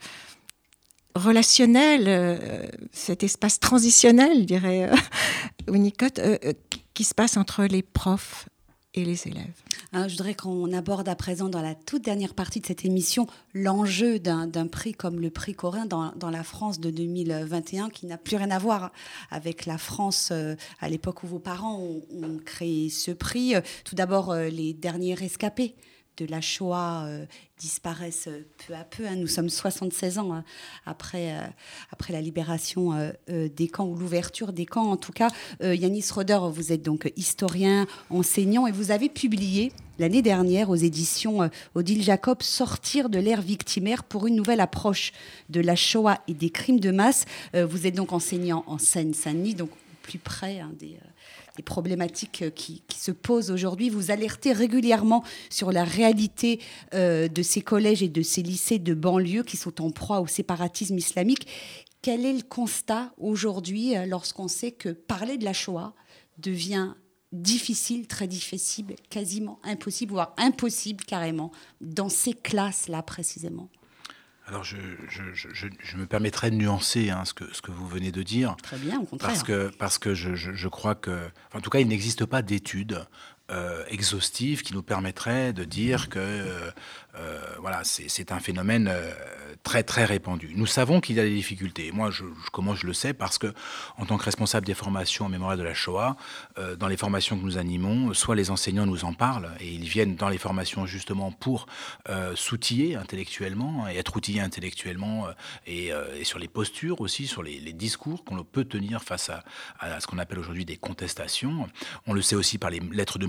S4: relationnel, euh, cet espace transitionnel, dirait euh, Winnicott, euh, euh, qui se passe entre les profs et les élèves.
S2: Alors, je voudrais qu'on aborde à présent dans la toute dernière partie de cette émission l'enjeu d'un, d'un prix comme le prix Corinne dans, dans la France de deux mille vingt et un, qui n'a plus rien à voir avec la France euh, à l'époque où vos parents ont, ont créé ce prix. Tout d'abord, euh, les derniers rescapés de la Shoah euh, disparaissent peu à peu. Hein. Nous sommes soixante-seize ans hein, après, euh, après la libération euh, euh, des camps, ou l'ouverture des camps. En tout cas, euh, Yanis Roder, vous êtes donc historien, enseignant, et vous avez publié l'année dernière aux éditions euh, Odile Jacob « Sortir de l'ère victimaire pour une nouvelle approche de la Shoah et des crimes de masse ». Euh, vous êtes donc enseignant en Seine-Saint-Denis, donc plus près hein, des... Euh, les problématiques qui, qui se posent aujourd'hui. Vous alertez régulièrement sur la réalité euh, de ces collèges et de ces lycées de banlieue qui sont en proie au séparatisme islamique. Quel est le constat aujourd'hui euh, lorsqu'on sait que parler de la Shoah devient difficile, très difficile, quasiment impossible, voire impossible carrément, dans ces classes-là précisément?
S3: Alors, je, je, je, je me permettrai de nuancer hein, ce, que, ce que vous venez de dire.
S2: Très bien, au contraire.
S3: Parce que, parce que je, je, je crois que... En tout cas, il n'existe pas d'études euh, exhaustives qui nous permettraient de dire que euh, euh, voilà, c'est, c'est un phénomène euh, très, très répandu. Nous savons qu'il y a des difficultés. Moi, je, je, comment je le sais? Parce que, en tant que responsable des formations en mémoire de la Shoah, euh, dans les formations que nous animons, soit les enseignants nous en parlent, et ils viennent dans les formations justement pour euh, s'outiller intellectuellement, et être outillés intellectuellement, euh, et, euh, et sur les postures aussi, sur les, les discours qu'on peut tenir face à, à ce qu'on appelle aujourd'hui des contestations. On le sait aussi par les lettres de motivation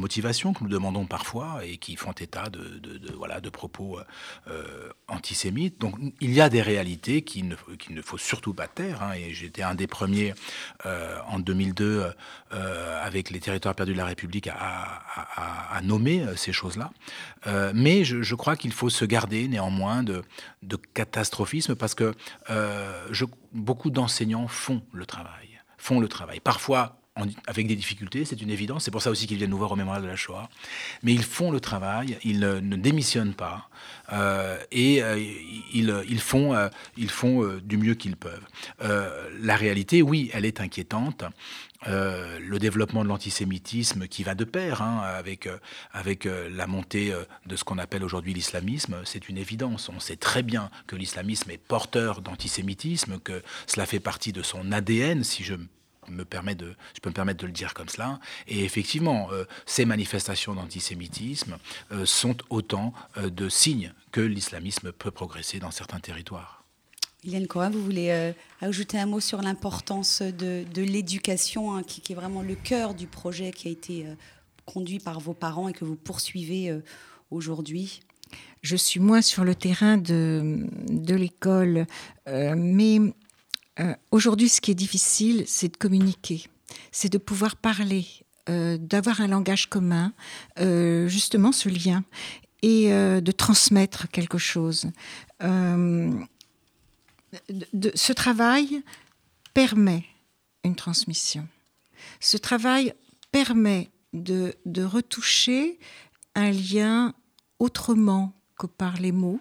S3: motivation que nous demandons parfois et qui font état de, de, de, voilà, de propos euh, antisémites. Donc il y a des réalités qu'il ne, qu'il ne faut surtout pas taire. Hein, et j'étais un des premiers euh, en deux mille deux euh, avec les territoires perdus de la République à, à, à, à nommer ces choses-là. Euh, mais je, je crois qu'il faut se garder néanmoins de, de catastrophisme parce que euh, je, beaucoup d'enseignants font le travail, font le travail. Parfois en, avec des difficultés, c'est une évidence. C'est pour ça aussi qu'ils viennent nous voir au Mémorial de la Shoah. Mais ils font le travail, ils ne, ne démissionnent pas euh, et euh, ils, ils font, euh, ils font euh, du mieux qu'ils peuvent. Euh, la réalité, oui, elle est inquiétante. Euh, le développement de l'antisémitisme qui va de pair hein, avec, euh, avec euh, la montée euh, de ce qu'on appelle aujourd'hui l'islamisme, c'est une évidence. On sait très bien que l'islamisme est porteur d'antisémitisme, que cela fait partie de son A D N, si je me permets de, je peux me permettre de le dire comme cela. Et effectivement, euh, ces manifestations d'antisémitisme euh, sont autant euh, de signes que l'islamisme peut progresser dans certains territoires.
S2: Eliane Corin, vous voulez euh, ajouter un mot sur l'importance de, de l'éducation, hein, qui, qui est vraiment le cœur du projet qui a été euh, conduit par vos parents et que vous poursuivez euh, aujourd'hui?
S4: Je suis moins sur le terrain de, de l'école, euh, mais euh, aujourd'hui, ce qui est difficile, c'est de communiquer, c'est de pouvoir parler, euh, d'avoir un langage commun, euh, justement ce lien, et euh, de transmettre quelque chose. Euh, De, de, ce travail permet une transmission. Ce travail permet de, de retoucher un lien autrement que par les mots.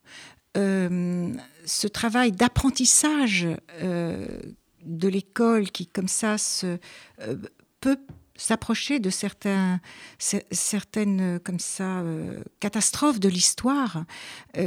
S4: Euh, ce travail d'apprentissage euh, de l'école qui, comme ça, se, euh, peut s'approcher de certains, certaines comme ça, euh, catastrophes de l'histoire, euh,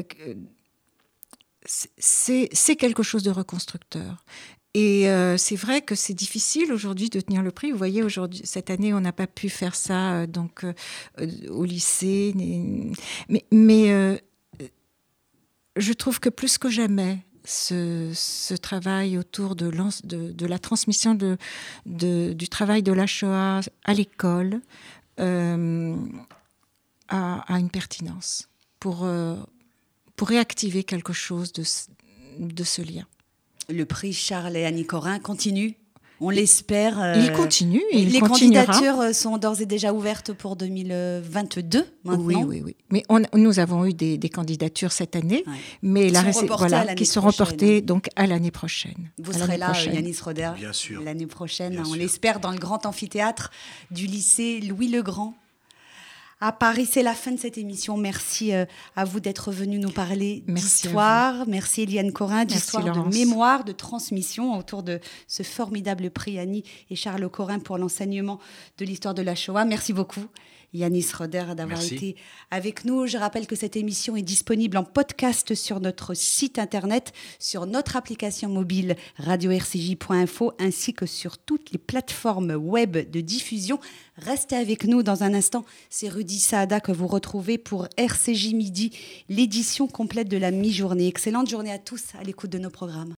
S4: C'est, c'est quelque chose de reconstructeur. Et euh, c'est vrai que c'est difficile aujourd'hui de tenir le prix. Vous voyez, aujourd'hui, cette année, on n'a pas pu faire ça euh, donc, euh, au lycée. Mais, mais euh, je trouve que plus que jamais, ce, ce travail autour de, de, de la transmission de, de, du travail de la Shoah à l'école euh, a, a une pertinence pour... Euh, pour réactiver quelque chose de, de ce lien.
S2: Le prix Charles et Annie Corin continue, on l'espère. Euh,
S4: il continue, il
S2: Les
S4: continuera.
S2: candidatures sont d'ores et déjà ouvertes pour deux mille vingt-deux, maintenant.
S4: Oui, oui, oui. Mais on, nous avons eu des, des candidatures cette année, ouais. mais
S2: qui
S4: la
S2: sont reportées
S4: voilà,
S2: à l'année
S4: qui sont
S2: prochaine.
S4: reportées donc à l'année prochaine.
S2: Vous
S4: à
S2: serez
S4: l'année
S2: là,
S4: prochaine.
S2: Yanis Roder,
S3: Bien sûr.
S2: l'année prochaine,
S3: Bien
S2: on
S3: sûr.
S2: l'espère, dans le grand amphithéâtre du lycée Louis-le-Grand à Paris. C'est la fin de cette émission. Merci euh, à vous d'être venus nous parler
S4: Merci
S2: d'histoire. Merci Eliane Corin, d'histoire,
S4: Laurence.
S2: de mémoire, de transmission autour de ce formidable prix Annie et Charles Corin pour l'enseignement de l'histoire de la Shoah. Merci beaucoup Yanis Roder d'avoir
S3: Merci.
S2: été avec nous. Je rappelle que cette émission est disponible en podcast sur notre site internet, sur notre application mobile radio r c j point info ainsi que sur toutes les plateformes web de diffusion. Restez avec nous dans un instant. C'est Rudy Saada que vous retrouvez pour R C J Midi, l'édition complète de la mi-journée. Excellente journée à tous à l'écoute de nos programmes.